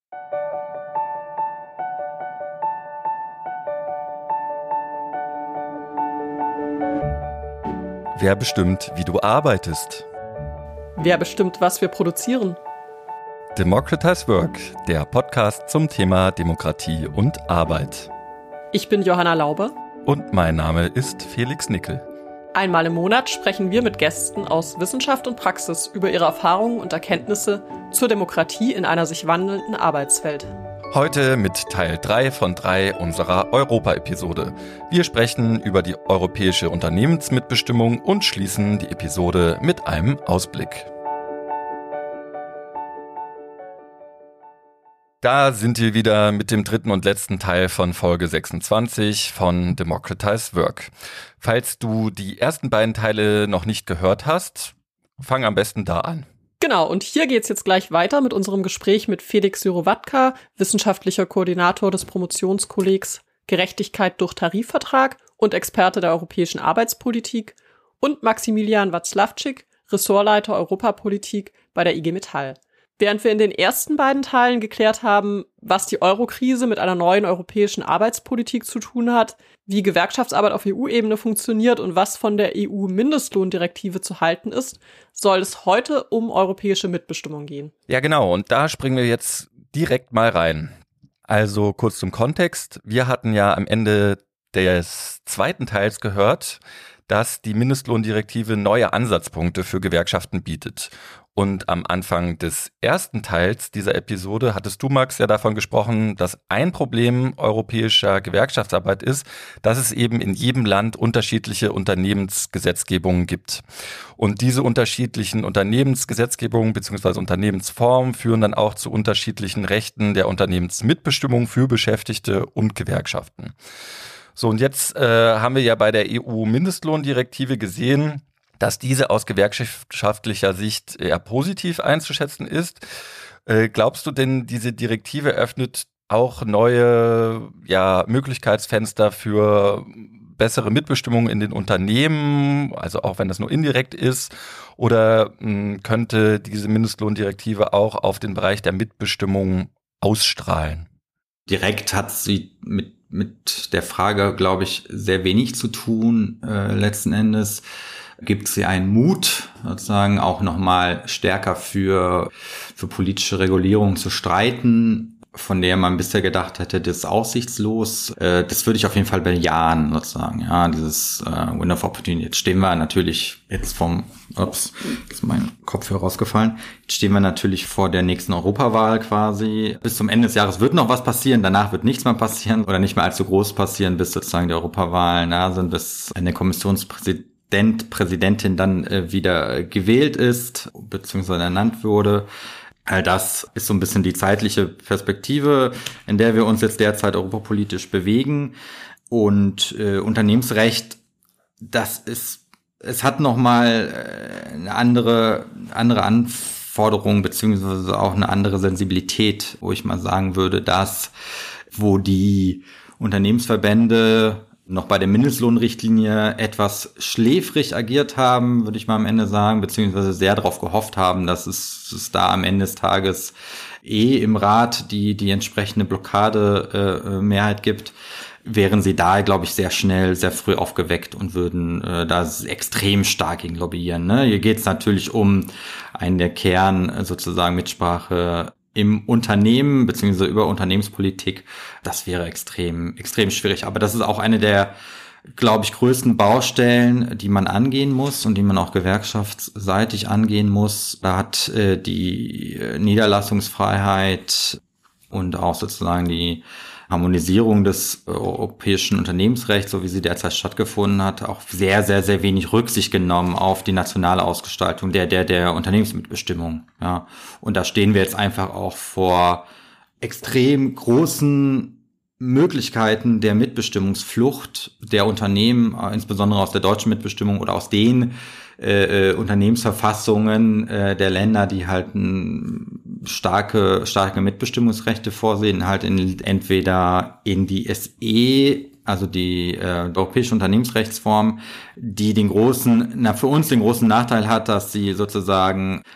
Wer bestimmt, wie du arbeitest? Wer bestimmt, was wir produzieren? Democratize Work, der Podcast zum Thema Demokratie und Arbeit. Ich bin Johanna Laube. Und mein Name ist Felix Nickel. Einmal im Monat sprechen wir mit Gästen aus Wissenschaft und Praxis über ihre Erfahrungen und Erkenntnisse zur Demokratie in einer sich wandelnden Arbeitswelt. Heute mit Teil 3 von 3 unserer Europa-Episode. Wir sprechen über die europäische Unternehmensmitbestimmung und schließen die Episode mit einem Ausblick. Da sind wir wieder mit dem dritten und letzten Teil von Folge 26 von Democratize Work. Falls du die ersten beiden Teile noch nicht gehört hast, fang am besten da an. Genau, und hier geht's jetzt gleich weiter mit unserem Gespräch mit Felix Syrowatka, wissenschaftlicher Koordinator des Promotionskollegs Gerechtigkeit durch Tarifvertrag und Experte der europäischen Arbeitspolitik, und Maximilian Watzlawczyk, Ressortleiter Europapolitik bei der IG Metall. Während wir in den ersten beiden Teilen geklärt haben, was die Eurokrise mit einer neuen europäischen Arbeitspolitik zu tun hat, wie Gewerkschaftsarbeit auf EU-Ebene funktioniert und was von der EU-Mindestlohndirektive zu halten ist, soll es heute um europäische Mitbestimmung gehen. Ja, genau. Und da springen wir jetzt direkt mal rein. Also kurz zum Kontext. Wir hatten ja am Ende des zweiten Teils gehört, dass die Mindestlohndirektive neue Ansatzpunkte für Gewerkschaften bietet. Und am Anfang des ersten Teils dieser Episode hattest du, Max, ja davon gesprochen, dass ein Problem europäischer Gewerkschaftsarbeit ist, dass es eben in jedem Land unterschiedliche Unternehmensgesetzgebungen gibt. Und diese unterschiedlichen Unternehmensgesetzgebungen bzw. Unternehmensformen führen dann auch zu unterschiedlichen Rechten der Unternehmensmitbestimmung für Beschäftigte und Gewerkschaften. So, und jetzt haben wir ja bei der EU-Mindestlohndirektive gesehen, dass diese aus gewerkschaftlicher Sicht eher positiv einzuschätzen ist. Glaubst du denn, diese Direktive öffnet auch neue Möglichkeitsfenster für bessere Mitbestimmung in den Unternehmen, also auch wenn das nur indirekt ist? Oder könnte diese Mindestlohndirektive auch auf den Bereich der Mitbestimmung ausstrahlen? Direkt hat sie mit der Frage, glaube ich, sehr wenig zu tun. Letzten Endes gibt sie einen Mut, sozusagen auch nochmal stärker für politische Regulierung zu streiten, von der man bisher gedacht hätte, das ist aussichtslos. Das würde ich auf jeden Fall bejahen, sozusagen. Ja, dieses Window of Opportunity. Jetzt stehen wir natürlich ist mein Kopfhörer rausgefallen. Jetzt stehen wir natürlich vor der nächsten Europawahl quasi. Bis zum Ende des Jahres wird noch was passieren, danach wird nichts mehr passieren oder nicht mehr allzu groß passieren, bis sozusagen die Europawahlen da sind, bis eine Präsidentin dann wieder gewählt ist, beziehungsweise ernannt wurde. All das ist so ein bisschen die zeitliche Perspektive, in der wir uns jetzt derzeit europapolitisch bewegen. Und Unternehmensrecht, es hat nochmal eine andere Anforderung, beziehungsweise auch eine andere Sensibilität, wo ich mal sagen würde, wo die Unternehmensverbände noch bei der Mindestlohnrichtlinie etwas schläfrig agiert haben, würde ich mal am Ende sagen, beziehungsweise sehr darauf gehofft haben, dass es da am Ende des Tages im Rat die entsprechende Blockade-Mehrheit gibt, wären sie da, glaube ich, sehr schnell, sehr früh aufgeweckt und würden da extrem stark gegen lobbyieren. Ne? Hier geht es natürlich um einen der Kern sozusagen Mitsprache im Unternehmen beziehungsweise über Unternehmenspolitik. Das wäre extrem, extrem schwierig. Aber das ist auch eine der, glaube ich, größten Baustellen, die man angehen muss und die man auch gewerkschaftsseitig angehen muss. Da hat die Niederlassungsfreiheit und auch sozusagen die Harmonisierung des europäischen Unternehmensrechts, so wie sie derzeit stattgefunden hat, auch sehr, sehr, sehr wenig Rücksicht genommen auf die nationale Ausgestaltung der Unternehmensmitbestimmung. Ja. Und da stehen wir jetzt einfach auch vor extrem großen Möglichkeiten der Mitbestimmungsflucht der Unternehmen, insbesondere aus der deutschen Mitbestimmung oder aus den Unternehmensverfassungen der Länder, die halt starke Mitbestimmungsrechte vorsehen, halt entweder in die SE, also die europäische Unternehmensrechtsform, die für uns den großen Nachteil hat, dass sie sozusagen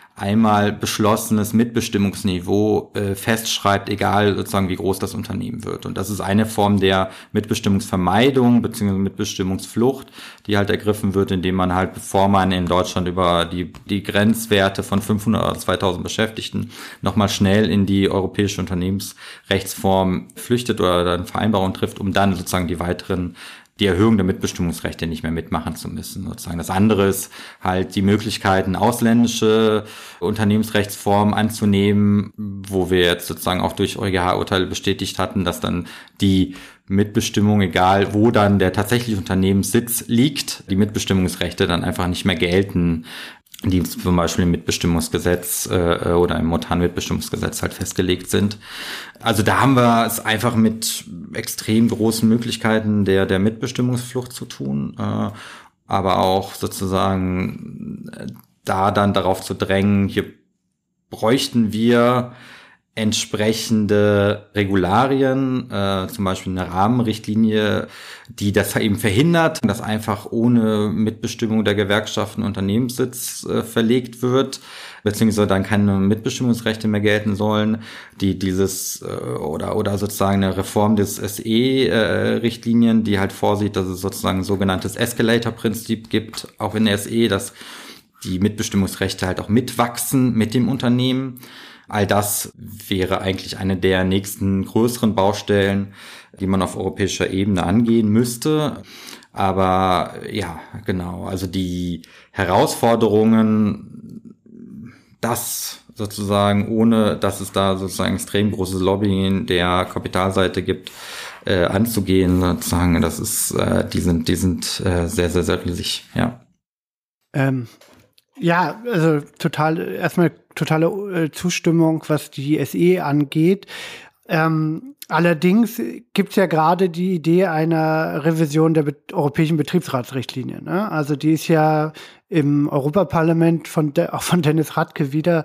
einmal beschlossenes Mitbestimmungsniveau festschreibt, egal sozusagen wie groß das Unternehmen wird. Und das ist eine Form der Mitbestimmungsvermeidung bzw. Mitbestimmungsflucht, die halt ergriffen wird, indem man halt, bevor man in Deutschland über die Grenzwerte von 500 oder 2000 Beschäftigten nochmal schnell in die europäische Unternehmensrechtsform flüchtet oder dann Vereinbarungen trifft, um dann sozusagen die Erhöhung der Mitbestimmungsrechte nicht mehr mitmachen zu müssen. Sozusagen das andere ist halt die Möglichkeiten, ausländische Unternehmensrechtsformen anzunehmen, wo wir jetzt sozusagen auch durch EuGH-Urteile bestätigt hatten, dass dann die Mitbestimmung, egal wo dann der tatsächliche Unternehmenssitz liegt, die Mitbestimmungsrechte dann einfach nicht mehr gelten, die zum Beispiel im Mitbestimmungsgesetz oder im Montanmitbestimmungsgesetz halt festgelegt sind. Also da haben wir es einfach mit extrem großen Möglichkeiten der Mitbestimmungsflucht zu tun, aber auch sozusagen da dann darauf zu drängen, hier bräuchten wir entsprechende Regularien, zum Beispiel eine Rahmenrichtlinie, die das eben verhindert, dass einfach ohne Mitbestimmung der Gewerkschaften Unternehmenssitz verlegt wird, beziehungsweise dann keine Mitbestimmungsrechte mehr gelten sollen, die dieses oder sozusagen eine Reform des SE-Richtlinien, die halt vorsieht, dass es sozusagen ein sogenanntes Escalator-Prinzip gibt, auch in der SE, dass die Mitbestimmungsrechte halt auch mitwachsen mit dem Unternehmen. All das wäre eigentlich eine der nächsten größeren Baustellen, die man auf europäischer Ebene angehen müsste. Aber ja, genau, also die Herausforderungen, das sozusagen, ohne dass es da sozusagen extrem großes Lobbying der Kapitalseite gibt, anzugehen, sozusagen, das ist, die sind sehr, sehr, sehr riesig, ja. Ja, also erstmal totale Zustimmung, was die SE angeht. Allerdings gibt's ja gerade die Idee einer Revision der europäischen Betriebsratsrichtlinie. Ne? Also die ist ja im Europaparlament auch von Dennis Radke wieder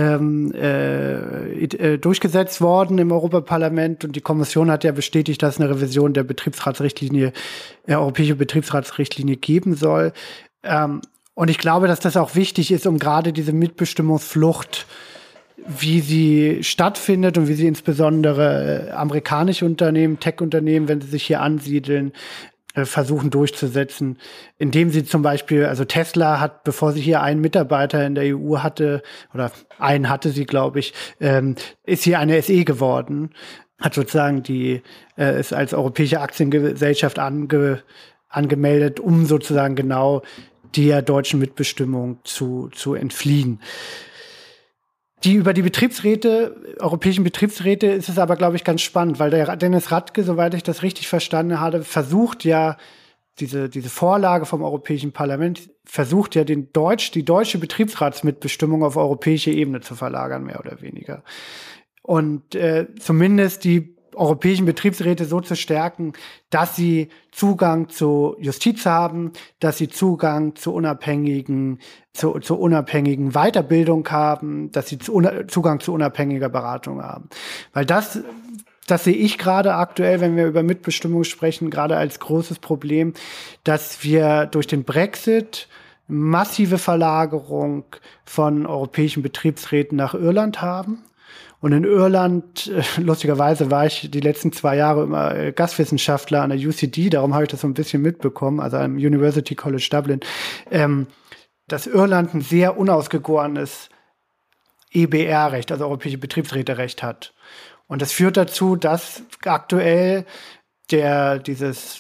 durchgesetzt worden im Europaparlament, und die Kommission hat ja bestätigt, dass es eine Revision der europäische Betriebsratsrichtlinie geben soll. Und ich glaube, dass das auch wichtig ist, um gerade diese Mitbestimmungsflucht, wie sie stattfindet und wie sie insbesondere amerikanische Unternehmen, Tech-Unternehmen, wenn sie sich hier ansiedeln, versuchen durchzusetzen, indem sie zum Beispiel, also Tesla hat, bevor sie hier einen Mitarbeiter in der EU hatte, oder einen hatte sie, glaube ich, ist hier eine SE geworden, hat sozusagen ist als europäische Aktiengesellschaft angemeldet, um sozusagen genau der deutschen Mitbestimmung zu entfliehen. Über die europäischen Betriebsräte ist es aber, glaube ich, ganz spannend, weil der Dennis Radke, soweit ich das richtig verstanden habe, versucht ja, diese Vorlage vom Europäischen Parlament, versucht ja die deutsche Betriebsratsmitbestimmung auf europäische Ebene zu verlagern, mehr oder weniger. Und zumindest die europäischen Betriebsräte so zu stärken, dass sie Zugang zu Justiz haben, dass sie Zugang zu unabhängigen Weiterbildung haben, dass sie Zugang zu unabhängiger Beratung haben. Weil das sehe ich gerade aktuell, wenn wir über Mitbestimmung sprechen, gerade als großes Problem, dass wir durch den Brexit massive Verlagerung von europäischen Betriebsräten nach Irland haben. Und in Irland, lustigerweise war ich die letzten 2 Jahre immer Gastwissenschaftler an der UCD, darum habe ich das so ein bisschen mitbekommen, also am University College Dublin, dass Irland ein sehr unausgegorenes EBR-Recht, also europäische Betriebsräterecht hat. Und das führt dazu, dass aktuell dieses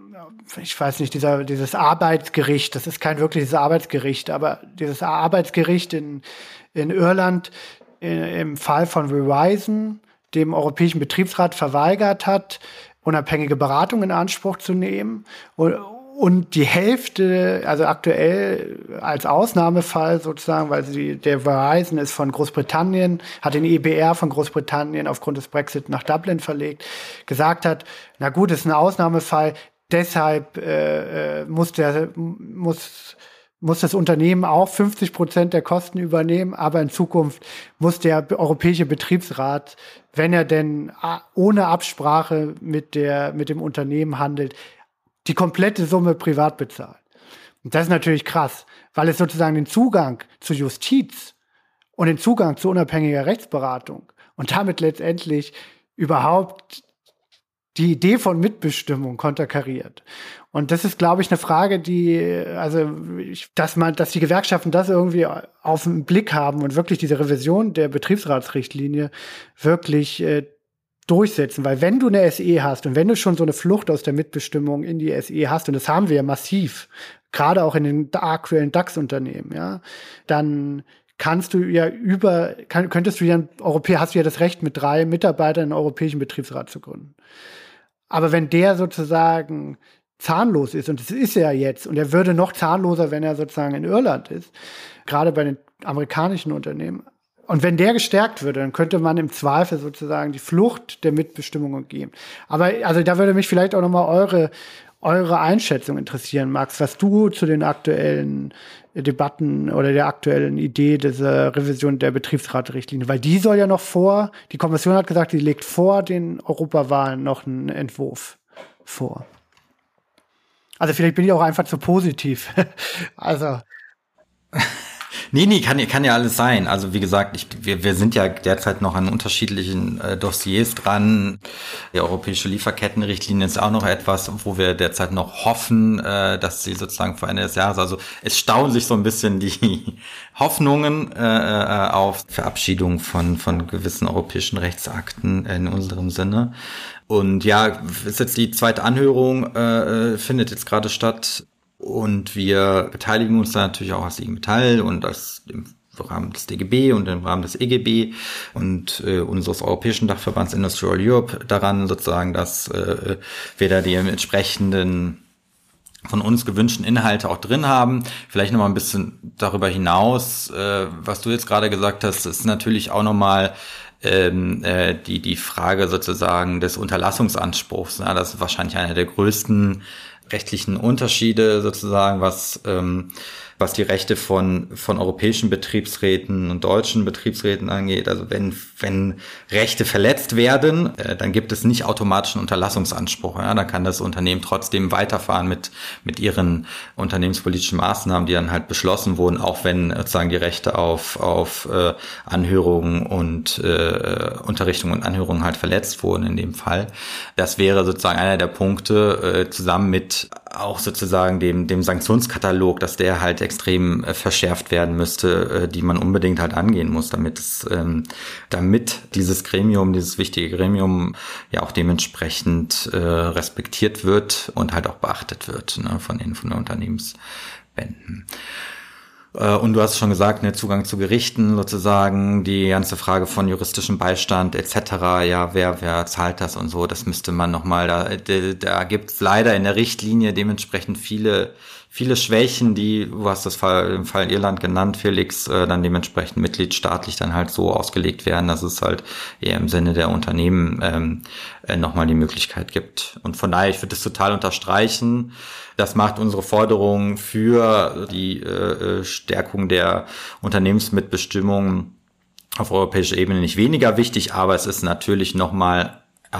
Arbeitsgericht, das ist kein wirkliches Arbeitsgericht, aber dieses Arbeitsgericht in Irland im Fall von Verizon dem Europäischen Betriebsrat verweigert hat, unabhängige Beratung in Anspruch zu nehmen. Und die Hälfte, also aktuell als Ausnahmefall sozusagen, weil der Verizon ist von Großbritannien, hat den EBR von Großbritannien aufgrund des Brexit nach Dublin verlegt, gesagt hat, na gut, ist ein Ausnahmefall, deshalb muss das Unternehmen auch 50% der Kosten übernehmen, aber in Zukunft muss der Europäische Betriebsrat, wenn er denn ohne Absprache mit dem Unternehmen handelt, die komplette Summe privat bezahlen. Und das ist natürlich krass, weil es sozusagen den Zugang zur Justiz und den Zugang zu unabhängiger Rechtsberatung und damit letztendlich überhaupt die Idee von Mitbestimmung konterkariert. Und das ist, glaube ich, eine Frage, dass die Gewerkschaften das irgendwie auf den Blick haben und wirklich diese Revision der Betriebsratsrichtlinie wirklich durchsetzen. Weil wenn du eine SE hast und wenn du schon so eine Flucht aus der Mitbestimmung in die SE hast, und das haben wir ja massiv, gerade auch in den aktuellen DAX-Unternehmen, ja, dann könntest du ja hast du ja das Recht, mit 3 Mitarbeitern einen europäischen Betriebsrat zu gründen. Aber wenn der sozusagen zahnlos ist, und das ist er jetzt, und er würde noch zahnloser, wenn er sozusagen in Irland ist, gerade bei den amerikanischen Unternehmen, und wenn der gestärkt würde, dann könnte man im Zweifel sozusagen die Flucht der Mitbestimmung umgehen. Aber also da würde mich vielleicht auch nochmal eure Einschätzung interessieren, Max, was du zu den aktuellen Debatten oder der aktuellen Idee dieser Revision der Betriebsratsrichtlinie, weil die soll ja noch die Kommission hat gesagt, die legt vor den Europawahlen noch einen Entwurf vor. Also vielleicht bin ich auch einfach zu positiv. Also Nee, kann ja alles sein. Also wie gesagt, wir sind ja derzeit noch an unterschiedlichen Dossiers dran. Die europäische Lieferkettenrichtlinie ist auch noch etwas, wo wir derzeit noch hoffen, dass sie sozusagen vor Ende des Jahres, also es stauen sich so ein bisschen die Hoffnungen auf Verabschiedung von gewissen europäischen Rechtsakten in unserem Sinne. Und ja, ist jetzt die zweite Anhörung, findet jetzt gerade statt. Und wir beteiligen uns da natürlich auch als IG Metall und im Rahmen des DGB und im Rahmen des EGB und unseres europäischen Dachverbands Industrial Europe daran sozusagen, dass wir da die entsprechenden von uns gewünschten Inhalte auch drin haben. Vielleicht nochmal ein bisschen darüber hinaus, was du jetzt gerade gesagt hast, ist natürlich auch nochmal die Frage sozusagen des Unterlassungsanspruchs. Ja, das ist wahrscheinlich einer der größten rechtlichen Unterschiede sozusagen, was die Rechte von europäischen Betriebsräten und deutschen Betriebsräten angeht. Also wenn Rechte verletzt werden, dann gibt es nicht automatisch einen Unterlassungsanspruch. Ja? Da kann das Unternehmen trotzdem weiterfahren mit ihren unternehmenspolitischen Maßnahmen, die dann halt beschlossen wurden, auch wenn sozusagen die Rechte auf Anhörungen und Unterrichtung und Anhörungen halt verletzt wurden in dem Fall. Das wäre sozusagen einer der Punkte, zusammen mit auch sozusagen dem Sanktionskatalog, dass der halt extrem verschärft werden müsste, die man unbedingt halt angehen muss, damit dieses Gremium, dieses wichtige Gremium ja auch dementsprechend respektiert wird und halt auch beachtet wird, ne, von den Unternehmensbänden. Und du hast schon gesagt, ne, Zugang zu Gerichten sozusagen, die ganze Frage von juristischem Beistand etc., ja, wer zahlt das und so, das müsste man nochmal, da gibt's leider in der Richtlinie dementsprechend viele Schwächen, du hast das im Fall Irland genannt, Felix, dann dementsprechend mitgliedstaatlich dann halt so ausgelegt werden, dass es halt eher im Sinne der Unternehmen nochmal die Möglichkeit gibt. Und von daher, ich würde das total unterstreichen. Das macht unsere Forderung für die Stärkung der Unternehmensmitbestimmung auf europäischer Ebene nicht weniger wichtig, aber es ist natürlich nochmal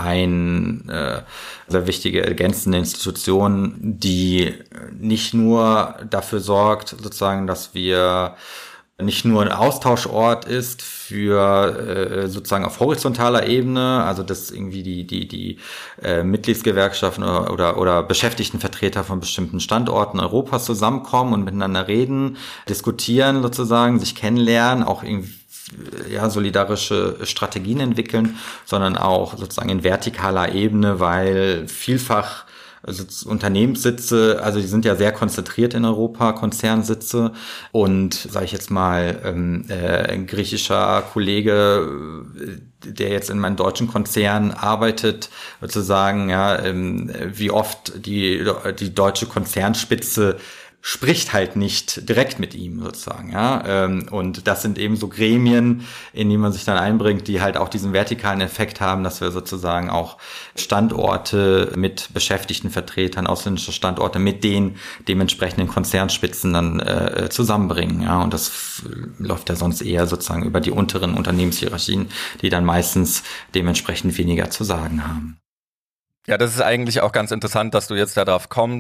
eine sehr wichtige ergänzende Institution, die nicht nur dafür sorgt, sozusagen, dass wir nicht nur ein Austauschort ist für sozusagen auf horizontaler Ebene, also dass irgendwie die Mitgliedsgewerkschaften oder Beschäftigtenvertreter von bestimmten Standorten Europas zusammenkommen und miteinander reden, diskutieren sozusagen, sich kennenlernen, auch irgendwie solidarische Strategien entwickeln, sondern auch sozusagen in vertikaler Ebene, weil vielfach Unternehmenssitze, also die sind ja sehr konzentriert in Europa, Konzernsitze, und sage ich jetzt mal, ein griechischer Kollege, der jetzt in meinem deutschen Konzern arbeitet, sozusagen, ja, wie oft die deutsche Konzernspitze spricht halt nicht direkt mit ihm sozusagen, ja, und das sind eben so Gremien, in die man sich dann einbringt, die halt auch diesen vertikalen Effekt haben, dass wir sozusagen auch Standorte mit Beschäftigtenvertretern, ausländische Standorte mit den dementsprechenden Konzernspitzen dann zusammenbringen, ja, und das läuft ja sonst eher sozusagen über die unteren Unternehmenshierarchien, die dann meistens dementsprechend weniger zu sagen haben. Ja, das ist eigentlich auch ganz interessant, dass du jetzt darauf kommst,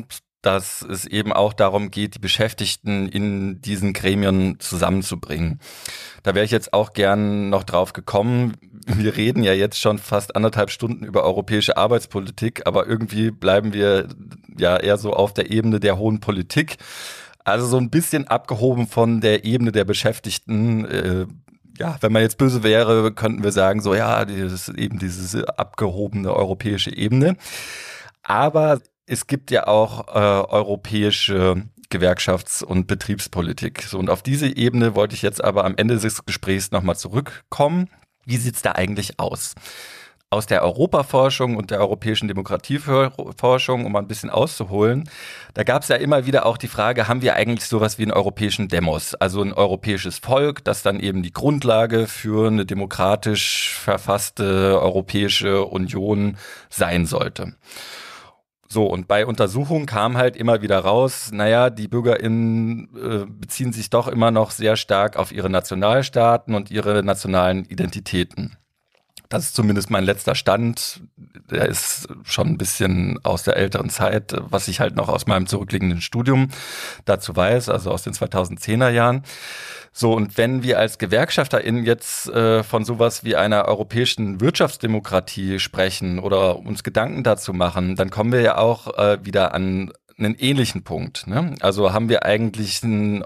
dass es eben auch darum geht, die Beschäftigten in diesen Gremien zusammenzubringen. Da wäre ich jetzt auch gern noch drauf gekommen. Wir reden ja jetzt schon fast 1,5 Stunden über europäische Arbeitspolitik, aber irgendwie bleiben wir ja eher so auf der Ebene der hohen Politik. Also so ein bisschen abgehoben von der Ebene der Beschäftigten. Ja, wenn man jetzt böse wäre, könnten wir sagen, so ja, diese abgehobene europäische Ebene. Aber es gibt ja auch europäische Gewerkschafts- und Betriebspolitik. So, und auf diese Ebene wollte ich jetzt aber am Ende des Gesprächs nochmal zurückkommen. Wie sieht's da eigentlich aus? Aus der Europaforschung und der europäischen Demokratieforschung, um mal ein bisschen auszuholen, da gab es ja immer wieder auch die Frage, haben wir eigentlich sowas wie einen europäischen Demos, also ein europäisches Volk, das dann eben die Grundlage für eine demokratisch verfasste Europäische Union sein sollte. So, und bei Untersuchungen kam halt immer wieder raus, naja, die BürgerInnen beziehen sich doch immer noch sehr stark auf ihre Nationalstaaten und ihre nationalen Identitäten. Das ist zumindest mein letzter Stand. Der ist schon ein bisschen aus der älteren Zeit, was ich halt noch aus meinem zurückliegenden Studium dazu weiß, also aus den 2010er Jahren. So, und wenn wir als GewerkschafterInnen jetzt von sowas wie einer europäischen Wirtschaftsdemokratie sprechen oder uns Gedanken dazu machen, dann kommen wir ja auch wieder an einen ähnlichen Punkt, ne? Also haben wir eigentlich einen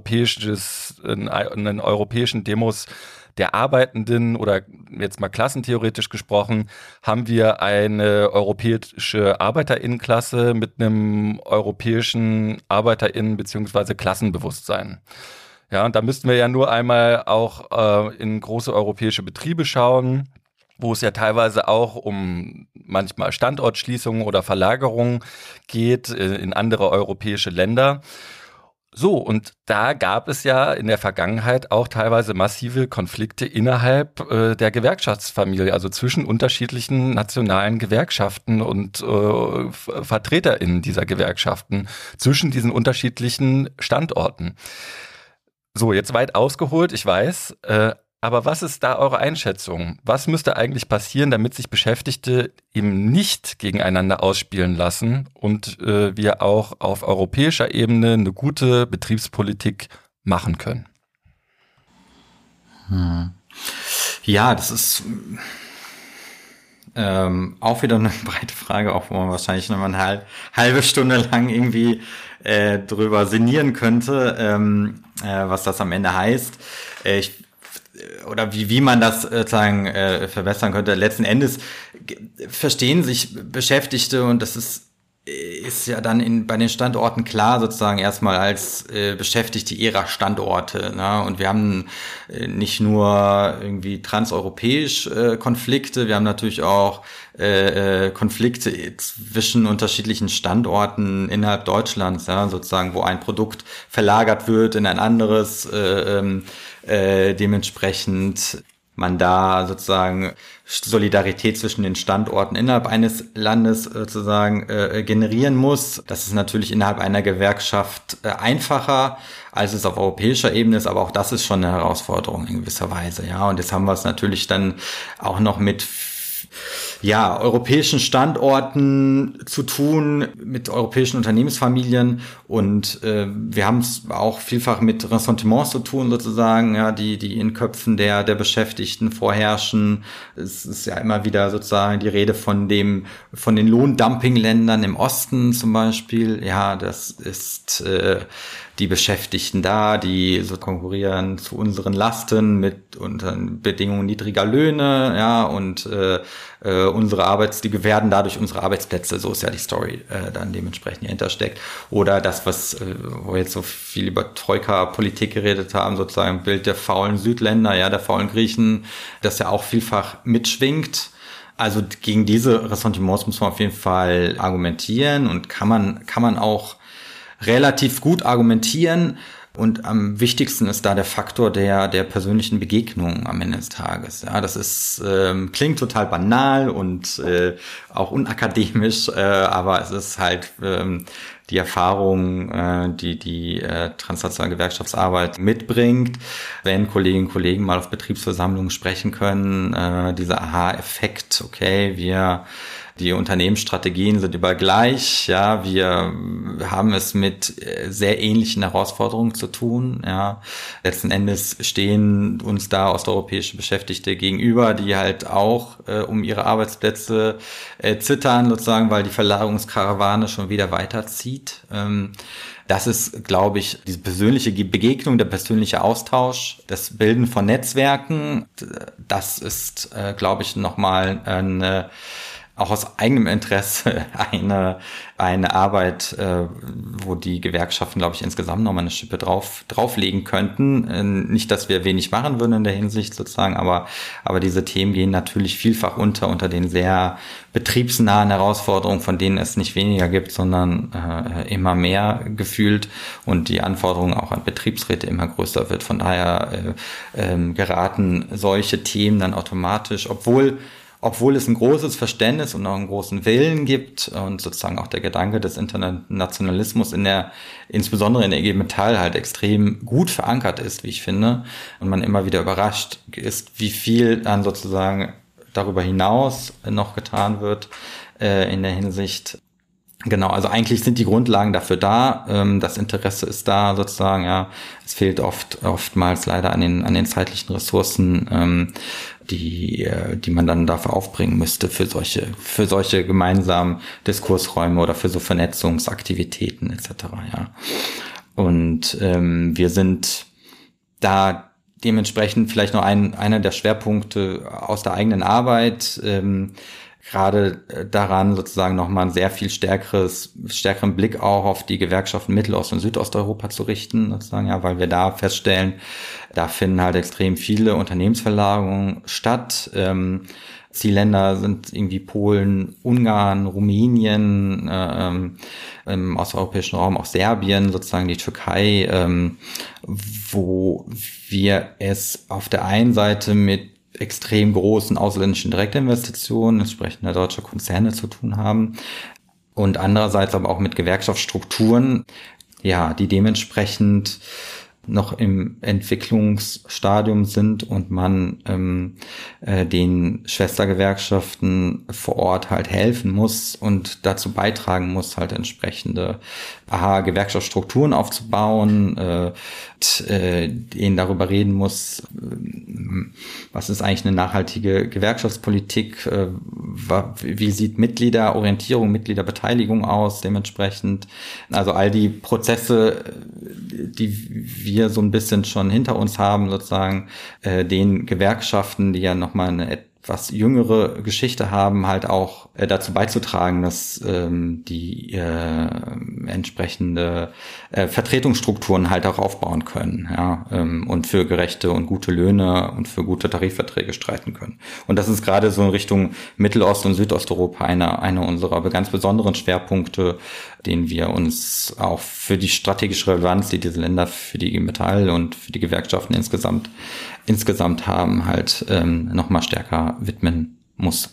europäischen Demos der Arbeitenden oder jetzt mal klassentheoretisch gesprochen, haben wir eine europäische ArbeiterInnenklasse mit einem europäischen ArbeiterInnen- bzw. Klassenbewusstsein. Ja, und da müssten wir ja nur einmal auch in große europäische Betriebe schauen, wo es ja teilweise auch um manchmal Standortschließungen oder Verlagerungen geht in andere europäische Länder. So, und da gab es ja in der Vergangenheit auch teilweise massive Konflikte innerhalb der Gewerkschaftsfamilie, also zwischen unterschiedlichen nationalen Gewerkschaften und VertreterInnen dieser Gewerkschaften, zwischen diesen unterschiedlichen Standorten. So, jetzt weit ausgeholt, ich weiß, aber was ist da eure Einschätzung? Was müsste eigentlich passieren, damit sich Beschäftigte eben nicht gegeneinander ausspielen lassen und wir auch auf europäischer Ebene eine gute Betriebspolitik machen können? Ja, das ist auch wieder eine breite Frage, auch wo man wahrscheinlich noch mal eine halbe Stunde lang irgendwie drüber sinnieren könnte, was das am Ende heißt. Oder wie man das sozusagen verbessern könnte. Letzten Endes verstehen sich Beschäftigte, und das ist ja dann bei den Standorten klar, sozusagen erstmal als Beschäftigte ihrer Standorte, ne? Und wir haben nicht nur irgendwie transeuropäisch Konflikte, wir haben natürlich auch Konflikte zwischen unterschiedlichen Standorten innerhalb Deutschlands, ja, sozusagen, wo ein Produkt verlagert wird in ein anderes, dementsprechend man da sozusagen Solidarität zwischen den Standorten innerhalb eines Landes sozusagen generieren muss. Das ist natürlich innerhalb einer Gewerkschaft einfacher, als es auf europäischer Ebene ist, aber auch das ist schon eine Herausforderung in gewisser Weise, ja. Und jetzt haben wir es natürlich dann auch noch mit europäischen Standorten zu tun, mit europäischen Unternehmensfamilien, und wir haben es auch vielfach mit Ressentiments zu tun, sozusagen, ja, die in Köpfen der Beschäftigten vorherrschen. Es ist ja immer wieder sozusagen die Rede von den Lohndumpingländern im Osten zum Beispiel. Ja, das ist die Beschäftigten da, die so konkurrieren zu unseren Lasten unter Bedingungen niedriger Löhne, ja, und die werden dadurch unsere Arbeitsplätze, so ist ja die Story dann dementsprechend dahinter steckt. Oder das, wo wir jetzt so viel über Troika-Politik geredet haben, sozusagen Bild der faulen Südländer, ja, der faulen Griechen, das ja auch vielfach mitschwingt. Also gegen diese Ressentiments muss man auf jeden Fall argumentieren, und kann man auch relativ gut argumentieren. Und am wichtigsten ist da der Faktor der persönlichen Begegnung am Ende des Tages. Ja, das ist klingt total banal und auch unakademisch, aber es ist halt die Erfahrung, die transnationale Gewerkschaftsarbeit mitbringt. Wenn Kolleginnen und Kollegen mal auf Betriebsversammlungen sprechen können, dieser Aha-Effekt, okay, wir Die Unternehmensstrategien sind überall gleich. Ja, wir haben es mit sehr ähnlichen Herausforderungen zu tun. Ja, letzten Endes stehen uns da osteuropäische Beschäftigte gegenüber, die halt auch um ihre Arbeitsplätze zittern, sozusagen, weil die Verlagerungskarawane schon wieder weiterzieht. Das ist, glaube ich, diese persönliche Begegnung, der persönliche Austausch, das Bilden von Netzwerken. Das ist, glaube ich, nochmal auch aus eigenem Interesse eine Arbeit, wo die Gewerkschaften, glaube ich, insgesamt nochmal eine Schippe drauflegen könnten. Nicht, dass wir wenig machen würden in der Hinsicht sozusagen, aber diese Themen gehen natürlich vielfach unter den sehr betriebsnahen Herausforderungen, von denen es nicht weniger gibt, sondern immer mehr gefühlt und die Anforderungen auch an Betriebsräte immer größer wird. Von daher geraten solche Themen dann automatisch, obwohl es ein großes Verständnis und auch einen großen Willen gibt und sozusagen auch der Gedanke des Internationalismus insbesondere in der IG Metall halt extrem gut verankert ist, wie ich finde, und man immer wieder überrascht ist, wie viel dann sozusagen darüber hinaus noch getan wird in der Hinsicht. Genau, also eigentlich sind die Grundlagen dafür da, das Interesse ist da sozusagen, ja. Es fehlt oftmals leider an den zeitlichen Ressourcen, die man dann dafür aufbringen müsste für solche gemeinsamen Diskursräume oder für so Vernetzungsaktivitäten etc. Ja. Und wir sind da dementsprechend vielleicht noch einer der Schwerpunkte aus der eigenen Arbeit, gerade daran sozusagen nochmal einen sehr viel stärkeren Blick auch auf die Gewerkschaften Mittelost- und Südosteuropa zu richten, sozusagen, ja, weil wir da feststellen, da finden halt extrem viele Unternehmensverlagerungen statt. Zielländer sind irgendwie Polen, Ungarn, Rumänien, im osteuropäischen Raum auch Serbien, sozusagen die Türkei, wo wir es auf der einen Seite mit extrem großen ausländischen Direktinvestitionen entsprechender deutscher Konzerne zu tun haben und andererseits aber auch mit Gewerkschaftsstrukturen, ja, die dementsprechend noch im Entwicklungsstadium sind und man den Schwestergewerkschaften vor Ort halt helfen muss und dazu beitragen muss, halt entsprechende Gewerkschaftsstrukturen aufzubauen, denen darüber reden muss, was ist eigentlich eine nachhaltige Gewerkschaftspolitik, wie sieht Mitgliederorientierung, Mitgliederbeteiligung aus dementsprechend. Also all die Prozesse, die wir so ein bisschen schon hinter uns haben, sozusagen den Gewerkschaften, die ja nochmal eine etwas jüngere Geschichte haben, halt auch dazu beizutragen, dass die entsprechende Vertretungsstrukturen halt auch aufbauen können, ja, und für gerechte und gute Löhne und für gute Tarifverträge streiten können. Und das ist gerade so in Richtung Mittelost- und Südosteuropa einer unserer ganz besonderen Schwerpunkte, den wir uns auch für die strategische Relevanz, die diese Länder für die IG Metall und für die Gewerkschaften insgesamt haben, halt nochmal stärker widmen muss.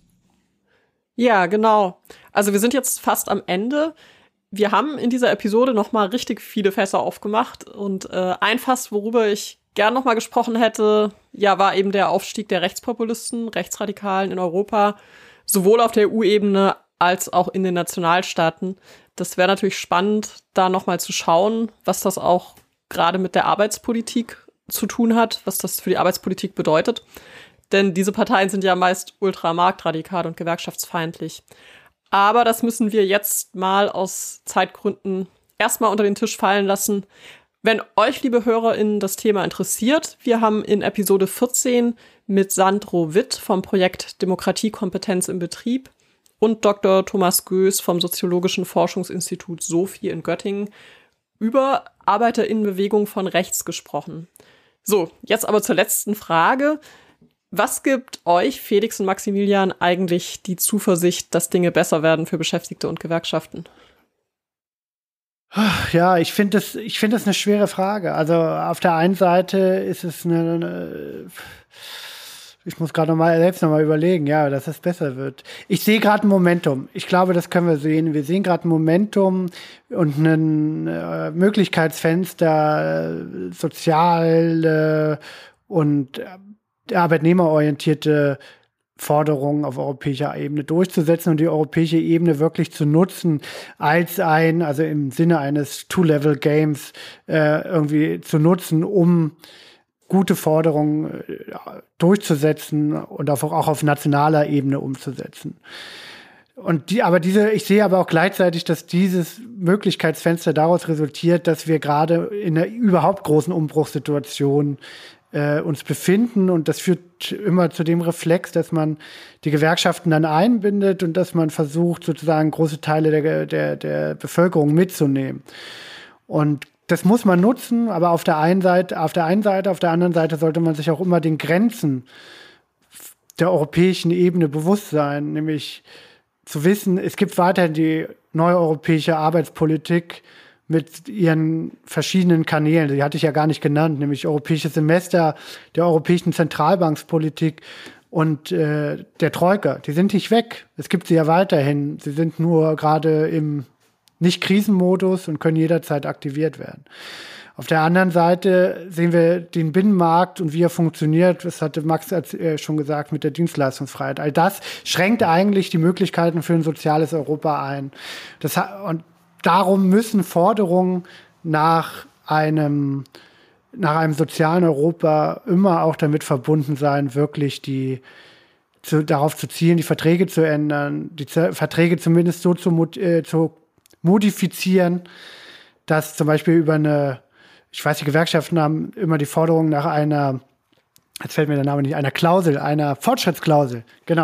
Ja, genau. Also wir sind jetzt fast am Ende. Wir haben in dieser Episode nochmal richtig viele Fässer aufgemacht und ein Fass, worüber ich gern nochmal gesprochen hätte, ja, war eben der Aufstieg der Rechtspopulisten, Rechtsradikalen in Europa, sowohl auf der EU-Ebene als auch in den Nationalstaaten. Das wäre natürlich spannend, da nochmal zu schauen, was das auch gerade mit der Arbeitspolitik zu tun hat, was das für die Arbeitspolitik bedeutet. Denn diese Parteien sind ja meist ultramarktradikal und gewerkschaftsfeindlich. Aber das müssen wir jetzt mal aus Zeitgründen erstmal unter den Tisch fallen lassen. Wenn euch, liebe HörerInnen, das Thema interessiert, wir haben in Episode 14 mit Sandro Witt vom Projekt Demokratiekompetenz im Betrieb und Dr. Thomas Göß vom Soziologischen Forschungsinstitut SOFI in Göttingen über ArbeiterInnenbewegung von rechts gesprochen. So, jetzt aber zur letzten Frage. Was gibt euch, Felix und Maximilian, eigentlich die Zuversicht, dass Dinge besser werden für Beschäftigte und Gewerkschaften? Ja, ich finde das eine schwere Frage. Also auf der einen Seite ist es ich muss gerade selbst noch mal überlegen, ja, dass es besser wird. Ich sehe gerade ein Momentum. Ich glaube, das können wir sehen. Wir sehen gerade ein Momentum und ein Möglichkeitsfenster, soziale und arbeitnehmerorientierte Forderungen auf europäischer Ebene durchzusetzen und die europäische Ebene wirklich zu nutzen als also im Sinne eines Two-Level-Games irgendwie zu nutzen, um gute Forderungen durchzusetzen und auch auf nationaler Ebene umzusetzen. Ich sehe aber auch gleichzeitig, dass dieses Möglichkeitsfenster daraus resultiert, dass wir gerade in einer überhaupt großen Umbruchssituation uns befinden, und das führt immer zu dem Reflex, dass man die Gewerkschaften dann einbindet und dass man versucht, sozusagen große Teile der Bevölkerung mitzunehmen. Und das muss man nutzen, aber auf der einen Seite, auf der anderen Seite sollte man sich auch immer den Grenzen der europäischen Ebene bewusst sein, nämlich zu wissen, es gibt weiterhin die neue europäische Arbeitspolitik mit ihren verschiedenen Kanälen, die hatte ich ja gar nicht genannt, nämlich europäisches Semester, der europäischen Zentralbankspolitik und der Troika. Die sind nicht weg. Es gibt sie ja weiterhin. Sie sind nur gerade im Nicht-Krisenmodus und können jederzeit aktiviert werden. Auf der anderen Seite sehen wir den Binnenmarkt und wie er funktioniert. Das hatte Max schon gesagt mit der Dienstleistungsfreiheit. All das schränkt eigentlich die Möglichkeiten für ein soziales Europa ein. Und darum müssen Forderungen nach einem sozialen Europa immer auch damit verbunden sein, wirklich darauf zu zielen, die Verträge zu ändern, die Verträge zumindest so zu modifizieren, dass zum Beispiel die Gewerkschaften haben immer die Forderung nach einer Klausel, einer Fortschrittsklausel,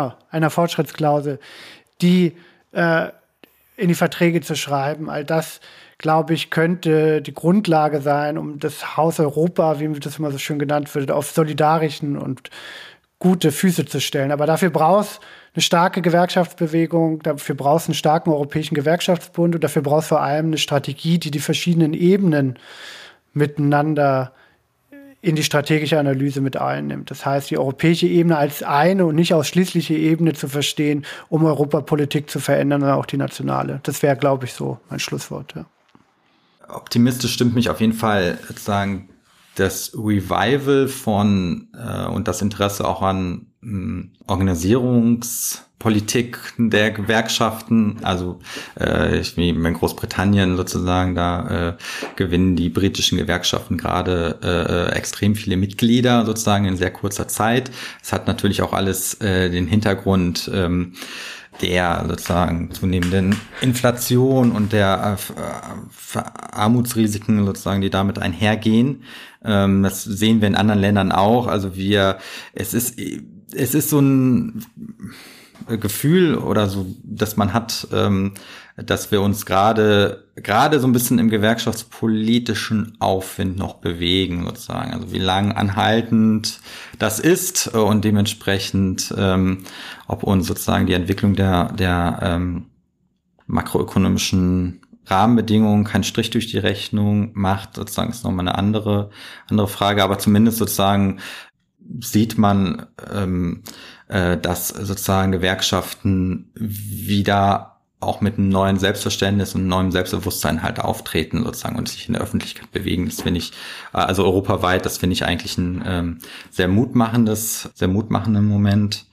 die in die Verträge zu schreiben. All das, glaube ich, könnte die Grundlage sein, um das Haus Europa, wie das immer so schön genannt wird, auf solidarischen und gute Füße zu stellen. Aber dafür brauchst eine starke Gewerkschaftsbewegung, dafür brauchst einen starken Europäischen Gewerkschaftsbund und dafür brauchst vor allem eine Strategie, die verschiedenen Ebenen miteinander in die strategische Analyse mit einnimmt. Das heißt, die europäische Ebene als eine und nicht ausschließliche Ebene zu verstehen, um Europapolitik zu verändern, sondern auch die nationale. Das wäre, glaube ich, so mein Schlusswort. Ja. Optimistisch stimmt mich auf jeden Fall sozusagen das Revival und das Interesse auch an Organisierungspolitik der Gewerkschaften. Also in Großbritannien sozusagen, da gewinnen die britischen Gewerkschaften gerade extrem viele Mitglieder sozusagen in sehr kurzer Zeit. Es hat natürlich auch alles den Hintergrund der sozusagen zunehmenden Inflation und der Armutsrisiken sozusagen, die damit einhergehen. Das sehen wir in anderen Ländern auch. Also es ist so ein Gefühl oder so, dass man hat, dass wir uns gerade so ein bisschen im gewerkschaftspolitischen Aufwind noch bewegen, sozusagen. Also wie lang anhaltend das ist und dementsprechend, ob uns sozusagen die Entwicklung der makroökonomischen Rahmenbedingungen keinen Strich durch die Rechnung macht, sozusagen, ist nochmal eine andere Frage. Aber zumindest sozusagen sieht man, dass sozusagen Gewerkschaften wieder auch mit einem neuen Selbstverständnis und einem neuen Selbstbewusstsein halt auftreten sozusagen und sich in der Öffentlichkeit bewegen. Das finde ich, also europaweit, das finde ich eigentlich ein sehr mutmachenden Moment.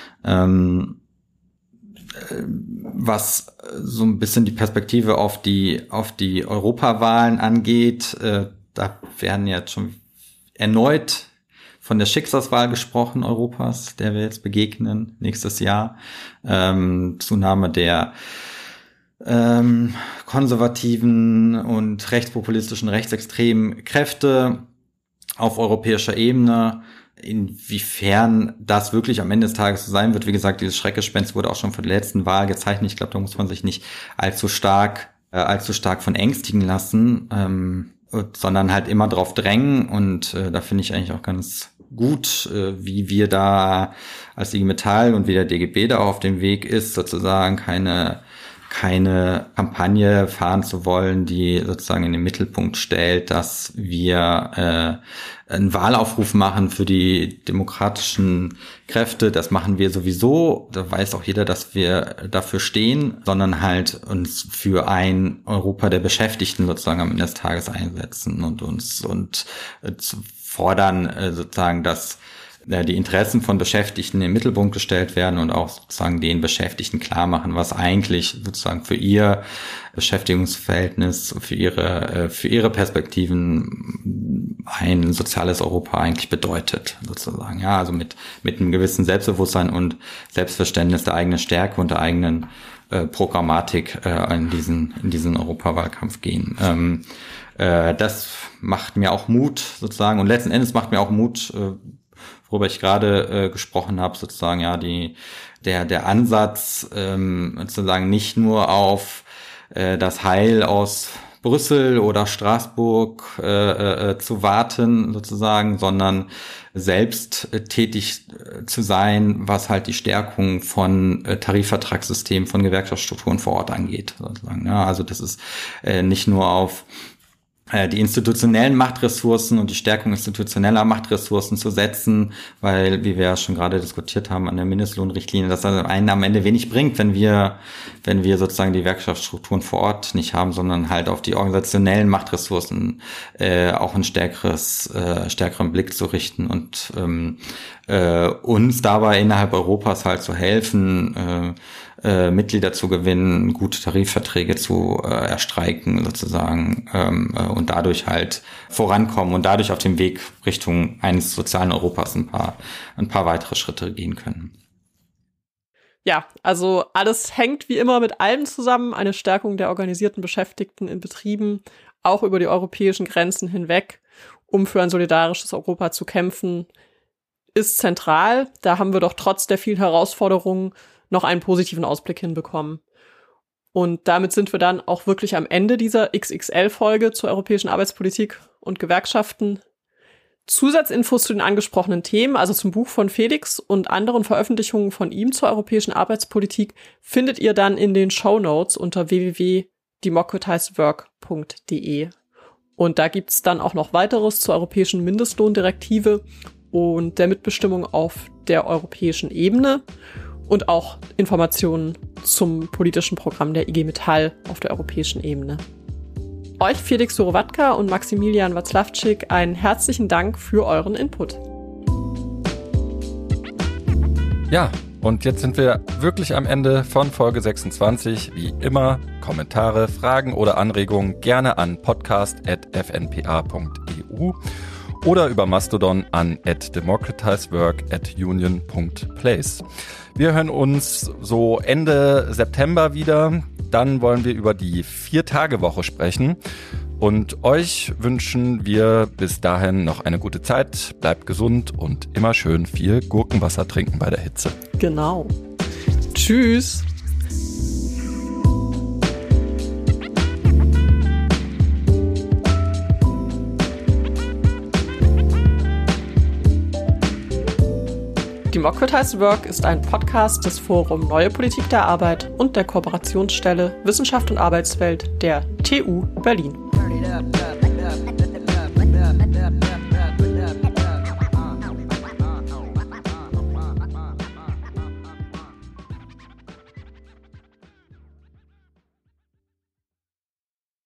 Was so ein bisschen die Perspektive auf die Europawahlen angeht, da werden jetzt schon erneut von der Schicksalswahl gesprochen Europas, der wir jetzt begegnen nächstes Jahr. Zunahme der konservativen und rechtspopulistischen, rechtsextremen Kräfte auf europäischer Ebene. Inwiefern das wirklich am Ende des Tages so sein wird, wie gesagt, dieses Schreckgespenst wurde auch schon von der letzten Wahl gezeichnet. Ich glaube, da muss man sich nicht allzu stark von ängstigen lassen, sondern halt immer drauf drängen. Und da finde ich eigentlich auch ganz gut, wie wir da als IG Metall und wie der DGB da auf dem Weg ist, sozusagen keine Kampagne fahren zu wollen, die sozusagen in den Mittelpunkt stellt, dass wir einen Wahlaufruf machen für die demokratischen Kräfte. Das machen wir sowieso. Da weiß auch jeder, dass wir dafür stehen, sondern halt uns für ein Europa der Beschäftigten sozusagen am Ende des Tages einsetzen und fordern sozusagen, dass die Interessen von Beschäftigten in den Mittelpunkt gestellt werden und auch sozusagen den Beschäftigten klar machen, was eigentlich sozusagen für ihr Beschäftigungsverhältnis, für ihre Perspektiven ein soziales Europa eigentlich bedeutet, sozusagen. Ja, also mit einem gewissen Selbstbewusstsein und Selbstverständnis der eigenen Stärke und der eigenen Programmatik in diesen Europawahlkampf gehen. Das macht mir auch Mut, sozusagen, und letzten Endes macht mir auch Mut, worüber ich gerade gesprochen habe, sozusagen, ja, der Ansatz, sozusagen nicht nur auf das Heil aus Brüssel oder Straßburg zu warten, sozusagen, sondern selbst tätig zu sein, was halt die Stärkung von Tarifvertragssystemen, von Gewerkschaftsstrukturen vor Ort angeht, sozusagen. Ja, also das ist nicht nur auf die institutionellen Machtressourcen und die Stärkung institutioneller Machtressourcen zu setzen, weil, wie wir ja schon gerade diskutiert haben, an der Mindestlohnrichtlinie, dass das einen am Ende wenig bringt, wenn wir sozusagen die Gewerkschaftsstrukturen vor Ort nicht haben, sondern halt auf die organisationellen Machtressourcen auch einen stärkeren Blick zu richten und uns dabei innerhalb Europas halt zu helfen, Mitglieder zu gewinnen, gute Tarifverträge zu erstreiken sozusagen und dadurch halt vorankommen und dadurch auf dem Weg Richtung eines sozialen Europas ein paar weitere Schritte gehen können. Ja, also alles hängt wie immer mit allem zusammen. Eine Stärkung der organisierten Beschäftigten in Betrieben, auch über die europäischen Grenzen hinweg, um für ein solidarisches Europa zu kämpfen, ist zentral. Da haben wir doch trotz der vielen Herausforderungen noch einen positiven Ausblick hinbekommen. Und damit sind wir dann auch wirklich am Ende dieser XXL-Folge zur europäischen Arbeitspolitik und Gewerkschaften. Zusatzinfos zu den angesprochenen Themen, also zum Buch von Felix und anderen Veröffentlichungen von ihm zur europäischen Arbeitspolitik, findet ihr dann in den Shownotes unter www.democratizedwork.de. Und da gibt's dann auch noch weiteres zur europäischen Mindestlohndirektive und der Mitbestimmung auf der europäischen Ebene. Und auch Informationen zum politischen Programm der IG Metall auf der europäischen Ebene. Euch, Felix Surowatka und Maximilian Wacławczyk, einen herzlichen Dank für euren Input. Ja, und jetzt sind wir wirklich am Ende von Folge 26. Wie immer, Kommentare, Fragen oder Anregungen gerne an podcast@fnpa.eu oder über Mastodon an @democratizedwork@union.place. Wir hören uns so Ende September wieder. Dann wollen wir über die 4-Tage-Woche sprechen. Und euch wünschen wir bis dahin noch eine gute Zeit. Bleibt gesund und immer schön viel Gurkenwasser trinken bei der Hitze. Genau. Tschüss. Democratized Work ist ein Podcast des Forum Neue Politik der Arbeit und der Kooperationsstelle Wissenschaft und Arbeitswelt der TU Berlin.